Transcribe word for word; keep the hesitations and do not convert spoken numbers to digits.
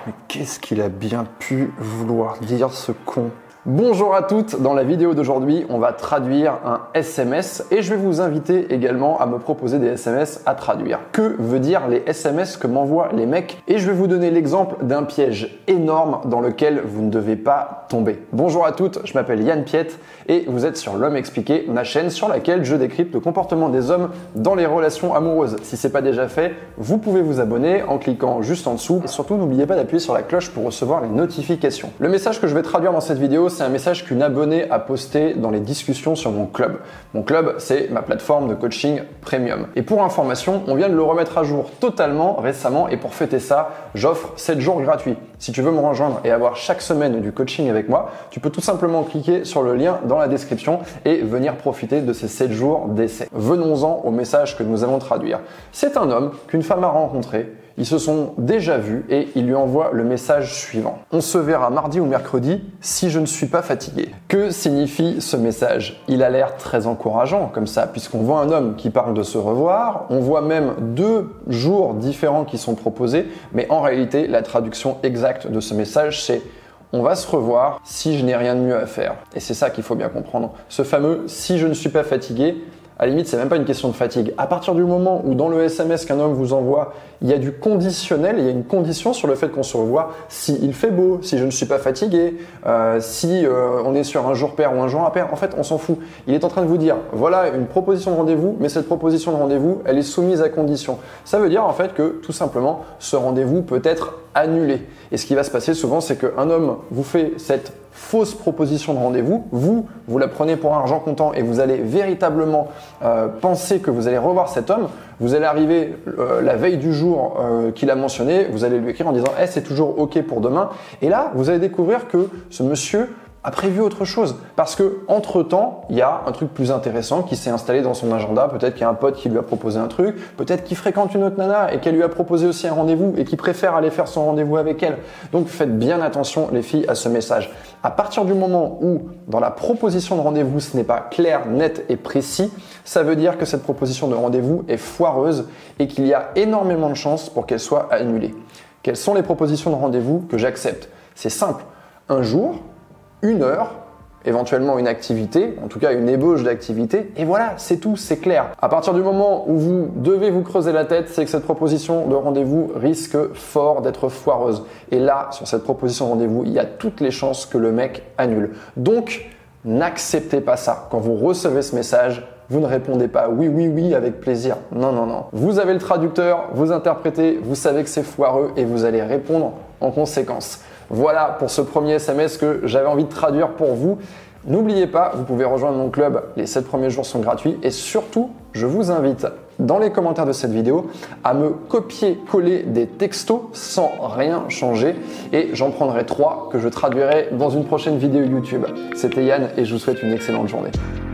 mais qu'est-ce qu'il a bien pu vouloir dire, ce con? Bonjour à toutes, dans la vidéo d'aujourd'hui, on va traduire un S M S et je vais vous inviter également à me proposer des S M S à traduire. Que veut dire les S M S que m'envoient les mecs? Et je vais vous donner l'exemple d'un piège énorme dans lequel vous ne devez pas tomber. Bonjour à toutes, je m'appelle Yann Piette et vous êtes sur L'Homme Expliqué, ma chaîne sur laquelle je décrypte le comportement des hommes dans les relations amoureuses. Si ce n'est pas déjà fait, vous pouvez vous abonner en cliquant juste en dessous et surtout n'oubliez pas d'appuyer sur la cloche pour recevoir les notifications. Le message que je vais traduire dans cette vidéo, c'est un message qu'une abonnée a posté dans les discussions sur mon club. Mon club, c'est ma plateforme de coaching premium. Et pour information, on vient de le remettre à jour totalement récemment et pour fêter ça, j'offre sept jours gratuits. Si tu veux me rejoindre et avoir chaque semaine du coaching avec moi, tu peux tout simplement cliquer sur le lien dans la description et venir profiter de ces sept jours d'essai. Venons-en au message que nous allons traduire. C'est un homme qu'une femme a rencontré. Ils se sont déjà vus et il lui envoie le message suivant. On se verra mardi ou mercredi si je ne suis pas fatigué. Que signifie ce message? Il a l'air très encourageant comme ça, puisqu'on voit un homme qui parle de se revoir, on voit même deux jours différents qui sont proposés, mais en réalité, la traduction exacte de ce message, c'est on va se revoir si je n'ai rien de mieux à faire. Et c'est ça qu'il faut bien comprendre. Ce fameux si je ne suis pas fatigué, à la limite, c'est même pas une question de fatigue. À partir du moment où dans le S M S qu'un homme vous envoie, il y a du conditionnel, il y a une condition sur le fait qu'on se revoit, si il fait beau, si je ne suis pas fatigué, euh, si euh, on est sur un jour pair ou un jour impair, en fait, on s'en fout. Il est en train de vous dire, voilà une proposition de rendez-vous, mais cette proposition de rendez-vous, elle est soumise à condition. Ça veut dire en fait que tout simplement, ce rendez-vous peut être annulé. Et ce qui va se passer souvent, c'est qu'un homme vous fait cette fausse proposition de rendez-vous, vous, vous la prenez pour argent comptant et vous allez véritablement euh, penser que vous allez revoir cet homme, vous allez arriver euh, la veille du jour euh, qu'il a mentionné, vous allez lui écrire en disant hey, « c'est toujours OK pour demain » et là, vous allez découvrir que ce monsieur a prévu autre chose parce que entre temps il y a un truc plus intéressant qui s'est installé dans son agenda. Peut-être qu'il y a un pote qui lui a proposé un truc, peut-être qu'il fréquente une autre nana et qu'elle lui a proposé aussi un rendez-vous et qu'il préfère aller faire son rendez-vous avec elle. Donc faites bien attention les filles à ce message. À partir du moment où dans la proposition de rendez-vous ce n'est pas clair, net et précis, ça veut dire que cette proposition de rendez-vous est foireuse et qu'il y a énormément de chances pour qu'elle soit annulée. Quelles sont les propositions de rendez-vous que j'accepte? C'est simple, un jour, une heure, éventuellement une activité, en tout cas une ébauche d'activité, et voilà, c'est tout, c'est clair. À partir du moment où vous devez vous creuser la tête, c'est que cette proposition de rendez-vous risque fort d'être foireuse. Et là, sur cette proposition de rendez-vous, il y a toutes les chances que le mec annule. Donc, n'acceptez pas ça. Quand vous recevez ce message, vous ne répondez pas oui, oui, oui avec plaisir. Non, non, non. Vous avez le traducteur, vous interprétez, vous savez que c'est foireux et vous allez répondre en conséquence. Voilà pour ce premier S M S que j'avais envie de traduire pour vous. N'oubliez pas, vous pouvez rejoindre mon club, les sept premiers jours sont gratuits et surtout, je vous invite dans les commentaires de cette vidéo à me copier-coller des textos sans rien changer et j'en prendrai trois que je traduirai dans une prochaine vidéo YouTube. C'était Yann et je vous souhaite une excellente journée.